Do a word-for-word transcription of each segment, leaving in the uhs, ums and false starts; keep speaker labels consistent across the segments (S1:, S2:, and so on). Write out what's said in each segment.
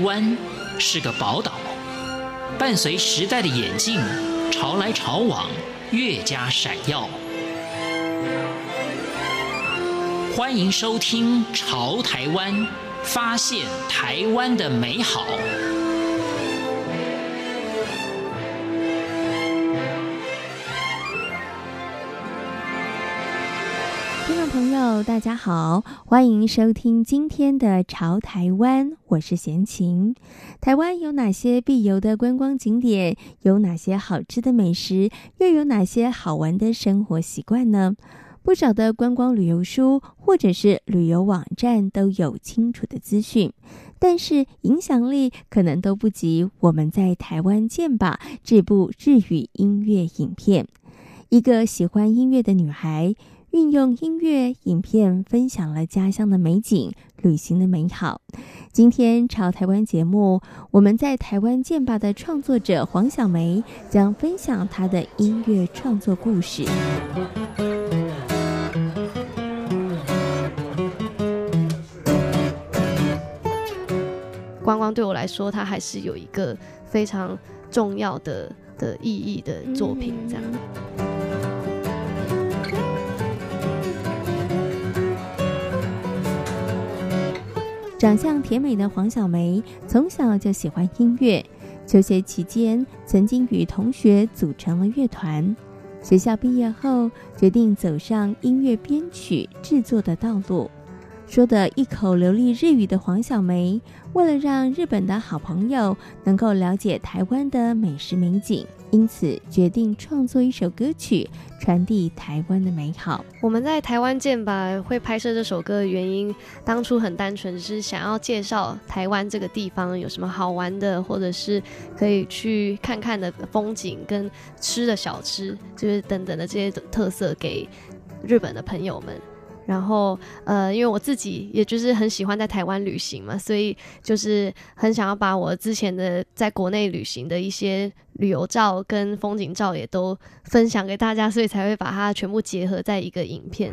S1: 湾是个宝岛，伴随时代的演进，潮来潮往，越加闪耀。欢迎收听《潮台湾》，发现台湾的美好。
S2: 听众朋友大家好，欢迎收听今天的潮台湾，我是贤琴。台湾有哪些必游的观光景点？有哪些好吃的美食？又有哪些好玩的生活习惯呢？不少的观光旅游书或者是旅游网站都有清楚的资讯，但是影响力可能都不及我们在台湾见吧这部日语音乐影片。一个喜欢音乐的女孩运用音乐影片分享了家乡的美景、旅行的美好。今天潮台湾节目，我们在台湾见吧的创作者黄小梅将分享她的音乐创作故事。
S3: 观光对我来说，它还是有一个非常重要的的意义的作品，这样。
S2: 长相甜美的黄小梅从小就喜欢音乐，求学期间曾经与同学组成了乐团。学校毕业后，决定走上音乐编曲制作的道路。说得一口流利日语的黄小梅，为了让日本的好朋友能够了解台湾的美食美景，因此决定创作一首歌曲，传递台湾的美好。
S3: 我们在台湾见吧会拍摄这首歌的原因，当初很单纯，是想要介绍台湾这个地方有什么好玩的，或者是可以去看看的风景跟吃的小吃，就是等等的这些特色给日本的朋友们。然后呃，因为我自己也就是很喜欢在台湾旅行嘛，所以就是很想要把我之前的在国内旅行的一些旅游照跟风景照也都分享给大家，所以才会把它全部结合在一个影片。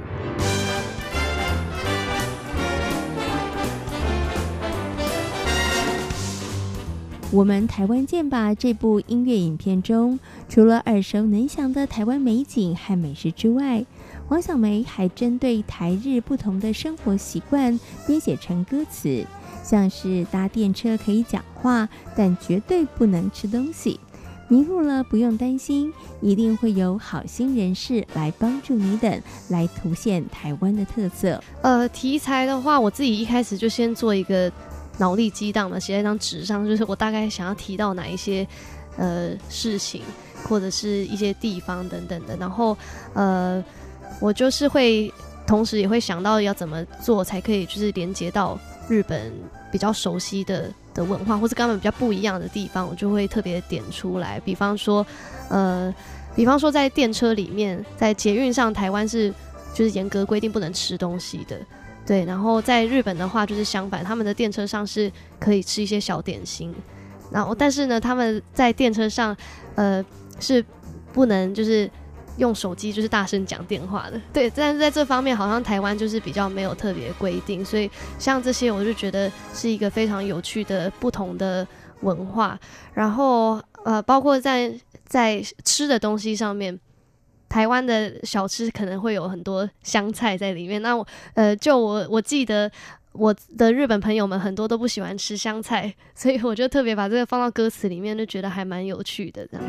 S2: 我们台湾见吧这部音乐影片中，除了耳熟能详的台湾美景和美食之外，黄小梅还针对台日不同的生活习惯编写成歌词，像是搭电车可以讲话，但绝对不能吃东西，迷路了不用担心，一定会有好心人士来帮助你等，来凸显台湾的特色。
S3: 呃，题材的话，我自己一开始就先做一个脑力激荡嘛，写在一张纸上，就是我大概想要提到哪一些呃事情，或者是一些地方等等的，然后呃。我就是会同时也会想到要怎么做才可以就是连接到日本比较熟悉的的文化，或是跟他们比较不一样的地方，我就会特别点出来。比方说呃比方说在电车里面，在捷运上，台湾是就是严格规定不能吃东西的，对，然后在日本的话就是相反，他们的电车上是可以吃一些小点心，然后但是呢他们在电车上呃是不能就是用手机就是大声讲电话的，对，但是在这方面好像台湾就是比较没有特别规定，所以像这些我就觉得是一个非常有趣的不同的文化。然后呃，包括在在吃的东西上面，台湾的小吃可能会有很多香菜在里面。那我呃，就我我记得我的日本朋友们很多都不喜欢吃香菜，所以我就特别把这个放到歌词里面，就觉得还蛮有趣的这样。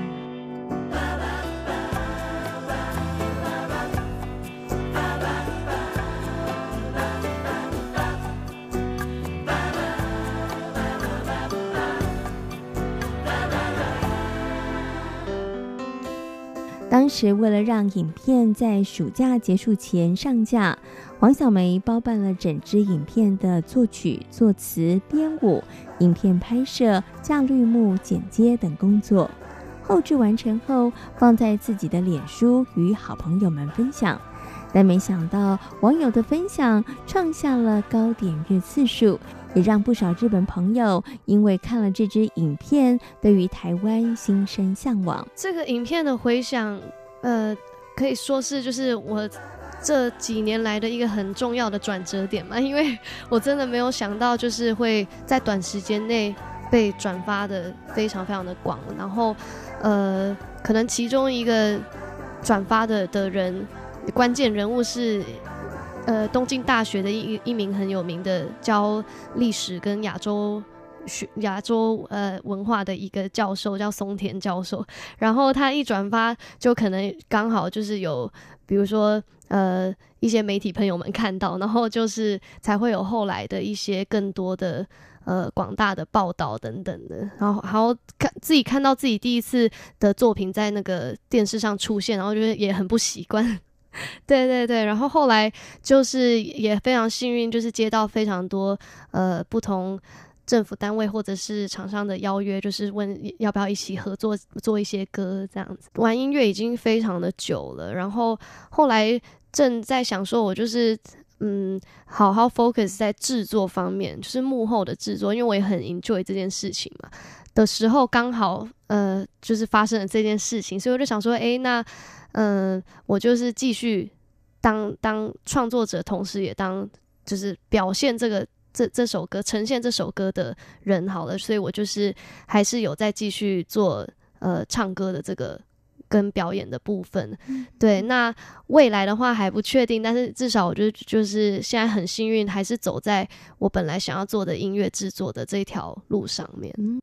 S2: 当时为了让影片在暑假结束前上架，黄小梅包办了整支影片的作曲、作词、编舞、影片拍摄、架绿幕、剪接等工作。后制完成后，放在自己的脸书与好朋友们分享。但没想到网友的分享创下了高点阅次数，也让不少日本朋友因为看了这支影片，对于台湾心生向往。
S3: 这个影片的回响，呃，可以说是就是我这几年来的一个很重要的转折点嘛，因为我真的没有想到，就是会在短时间内被转发的非常非常的广，然后呃，可能其中一个转发的的人，关键人物是呃东京大学的一一名很有名的教历史跟亚洲学亚洲呃文化的一个教授，叫松田教授。然后他一转发，就可能刚好就是有，比如说呃一些媒体朋友们看到，然后就是才会有后来的一些更多的呃广大的报道等等的。然后然后看自己看到自己第一次的作品在那个电视上出现，然后觉得也很不习惯。对对对，然后后来就是也非常幸运，就是接到非常多呃不同政府单位或者是厂商的邀约，就是问要不要一起合作做一些歌这样子。玩音乐已经非常的久了，然后后来正在想说我就是嗯好好 focus 在制作方面，就是幕后的制作，因为我也很 enjoy 这件事情嘛的时候，刚好呃就是发生了这件事情，所以我就想说诶那嗯、呃，我就是继续当当创作者，同时也当就是表现这个这这首歌，呈现这首歌的人好了，所以我就是还是有在继续做呃唱歌的这个跟表演的部分。嗯、对，那未来的话还不确定，但是至少我觉得就是现在很幸运，还是走在我本来想要做的音乐制作的这条路上面。嗯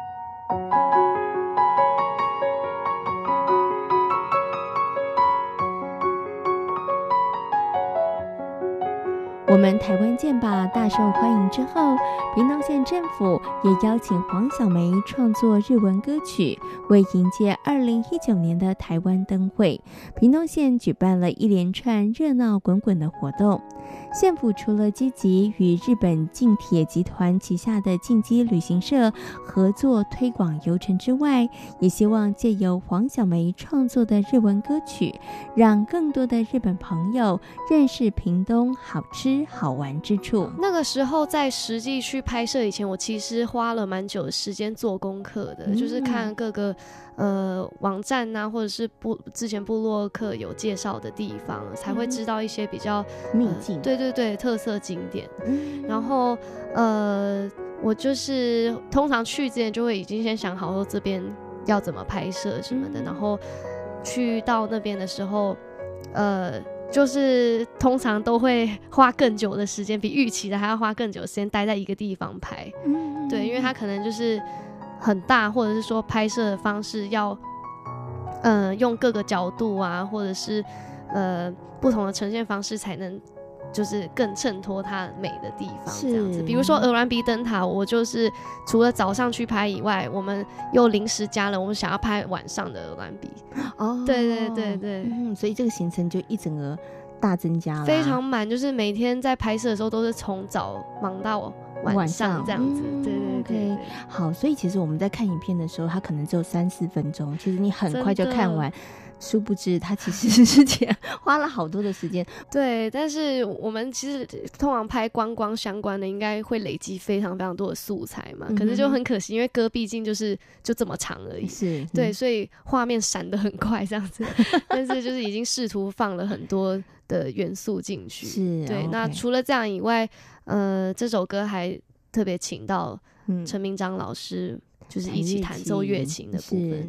S2: 我们台湾健吧大受欢迎之后，屏东县政府也邀请黄小梅创作日文歌曲，为迎接二零一九年的台湾灯会，屏东县举办了一连串热闹滚滚的活动。县府除了积极与日本近铁集团旗下的近畿旅行社合作推广游程之外，也希望借由黄小梅创作的日文歌曲，让更多的日本朋友认识屏东好吃好玩之处。
S3: 那个时候在实际去拍摄以前，我其实花了蛮久的时间做功课的、嗯、就是看各个呃网站啊，或者是部之前部落客有介绍的地方，才会知道一些比较
S2: 秘境、
S3: 呃、对对对特色景点、嗯、然后呃我就是通常去之前就会已经先想好说这边要怎么拍摄什么的、嗯、然后去到那边的时候呃就是通常都会花更久的时间，比预期的还要花更久的时间待在一个地方拍、嗯、对，因为它可能就是很大，或者是说拍摄的方式要呃用各个角度啊，或者是呃不同的呈现方式才能就是更衬托它美的地方这样子。比如说鹅銮鼻灯塔，我就是除了早上去拍以外，我们又临时加了我们想要拍晚上的鹅銮鼻。哦，对对对对、
S2: 嗯，所以这个行程就一整个大增加了，
S3: 非常满，就是每天在拍摄的时候都是从早忙到晚上这样子。嗯、对对 对, 对，
S2: 好，所以其实我们在看影片的时候，它可能只有三四分钟，其实你很快就看完。殊不知他其实之前花了好多的时间。
S3: 对，但是我们其实通常拍观光相关的应该会累积非常非常多的素材嘛、嗯、可是就很可惜，因为歌毕竟就是就这么长而已，
S2: 是、嗯、
S3: 对，所以画面闪得很快这样子但是就是已经试图放了很多的元素进去，
S2: 是
S3: 对、
S2: okay、
S3: 那除了这样以外，呃，这首歌还特别请到陈明章老师、嗯、就是一起弹奏乐琴的部分。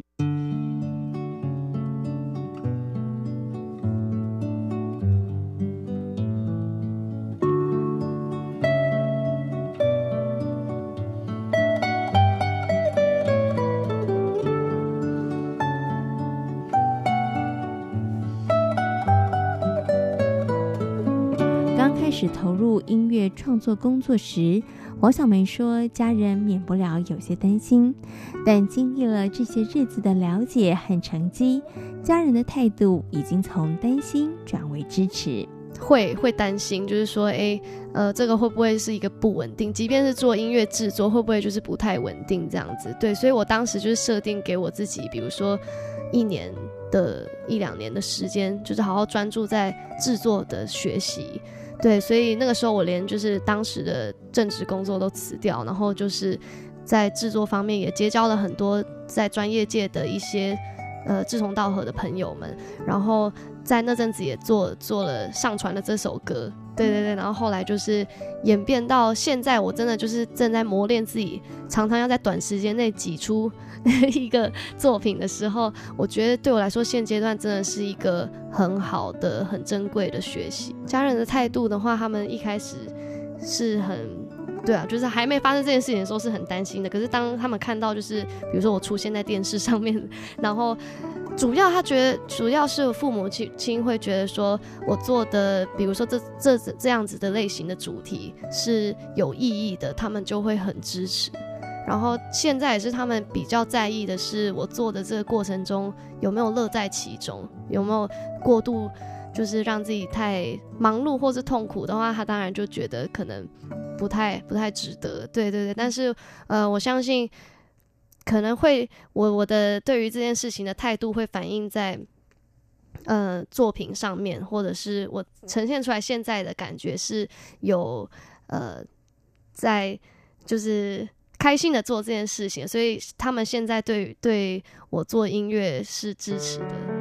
S2: 开始投入音乐创作工作时，黄小梅说家人免不了有些担心，但经历了这些日子的了解和成绩，家人的态度已经从担心转为支持。
S3: 会会担心，就是说哎，呃，这个会不会是一个不稳定，即便是做音乐制作会不会就是不太稳定这样子。对，所以我当时就是设定给我自己，比如说一年的一两年的时间，就是好好专注在制作的学习。对，所以那个时候我连就是当时的正职工作都辞掉，然后就是在制作方面也结交了很多在专业界的一些呃志同道合的朋友们，然后在那阵子也做做了上传了这首歌对对对，然后后来就是演变到现在，我真的就是正在磨练自己，常常要在短时间内挤出一个作品的时候，我觉得对我来说现阶段真的是一个很好的很珍贵的学习。家人的态度的话，他们一开始是很对啊，就是还没发生这件事情的时候是很担心的，可是当他们看到就是比如说我出现在电视上面，然后主要他觉得主要是父母亲会觉得说我做的比如说这这这样子的类型的主题是有意义的，他们就会很支持。然后现在也是他们比较在意的是我做的这个过程中有没有乐在其中，有没有过度就是让自己太忙碌或是痛苦的话，他当然就觉得可能不太不太值得。对对对，但是呃，我相信可能会我我的对于这件事情的态度会反映在呃作品上面，或者是我呈现出来现在的感觉是有呃在就是开心的做这件事情，所以他们现在对对我做音乐是支持的。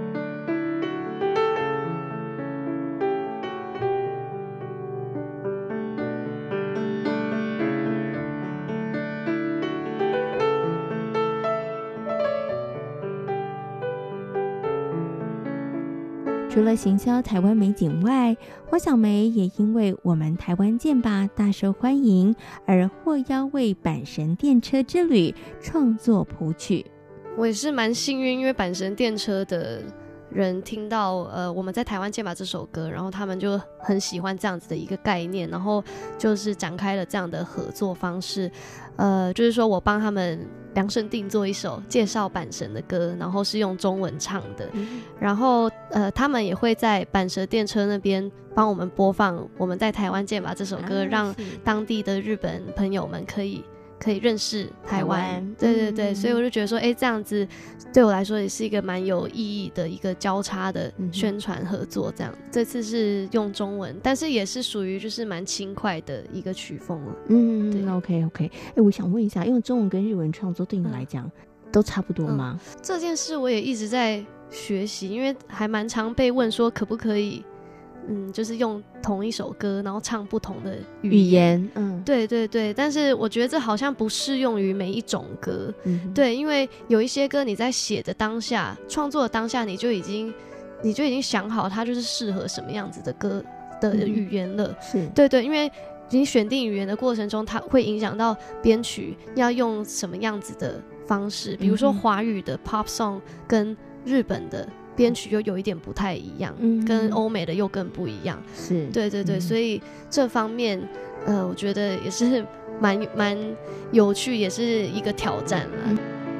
S2: 除了行销台湾美景外，黄小梅也因为我们台湾健吧大受欢迎，而获邀为阪神电车之旅创作谱曲。
S3: 我也是蛮幸运，因为阪神电车的人听到呃我们在台湾健吧这首歌，然后他们就很喜欢这样子的一个概念，然后就是展开了这样的合作方式。呃，就是说我帮他们量身定做一首介绍阪神的歌，然后是用中文唱的，嗯、然后呃他们也会在阪神电车那边帮我们播放我们在台湾健吧这首歌，啊、让当地的日本朋友们可以可以认识台湾。台湾对对对、嗯、所以我就觉得说哎，这样子对我来说也是一个蛮有意义的一个交叉的宣传合作这样、嗯、这次是用中文，但是也是属于就是蛮轻快的一个曲风了。
S2: 嗯对 OK OK。 哎，我想问一下，用中文跟日文创作对你来讲、嗯、都差不多吗、
S3: 嗯、这件事我也一直在学习，因为还蛮常被问说可不可以嗯，就是用同一首歌然后唱不同的语言, 语言嗯，对对对，但是我觉得这好像不适用于每一种歌、嗯、对，因为有一些歌你在写的当下创作的当下你就已经你就已经想好它就是适合什么样子的歌的语言了、嗯、是对对，因为你选定语言的过程中它会影响到编曲要用什么样子的方式，比如说华语的 pop song 跟日本的编曲又有一点不太一样、嗯、跟欧美的又更不一样，是对对对、嗯、所以这方面呃，我觉得也是蛮蛮有趣，也是一个挑战啦、嗯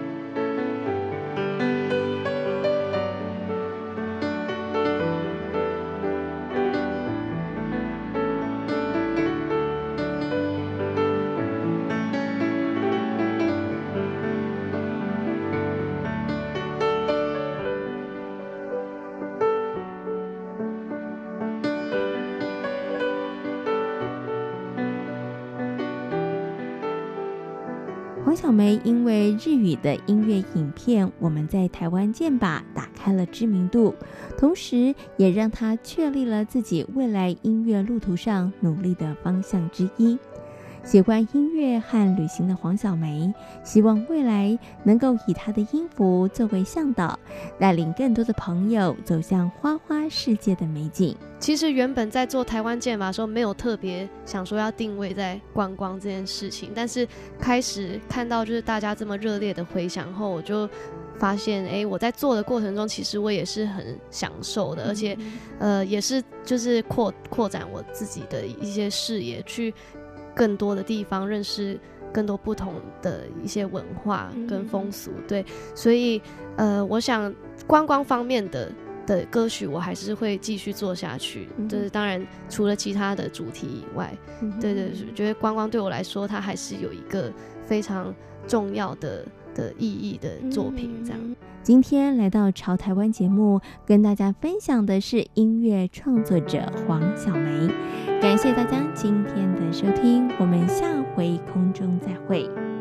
S2: 黄小梅因为日语的音乐影片《我们在台湾健吧》打开了知名度，同时也让她确立了自己未来音乐路途上努力的方向之一。喜欢音乐和旅行的黄小梅，希望未来能够以她的音符作为向导，带领更多的朋友走向花花世界的美景。
S3: 其实原本在做台湾健吧的时候，没有特别想说要定位在观光这件事情，但是开始看到就是大家这么热烈的回响后，我就发现哎，我在做的过程中其实我也是很享受的，而且呃也是就是扩扩展我自己的一些视野，去更多的地方认识更多不同的一些文化跟风俗、嗯、对，所以呃我想观光方面的的歌曲我还是会继续做下去、嗯、就是当然除了其他的主题以外、嗯、对对，我觉得观光对我来说它还是有一个非常重要的的意义的作品这样、嗯、
S2: 今天来到潮台湾节目跟大家分享的是音乐创作者黄小梅，感谢大家今天的收听，我们下回空中再会。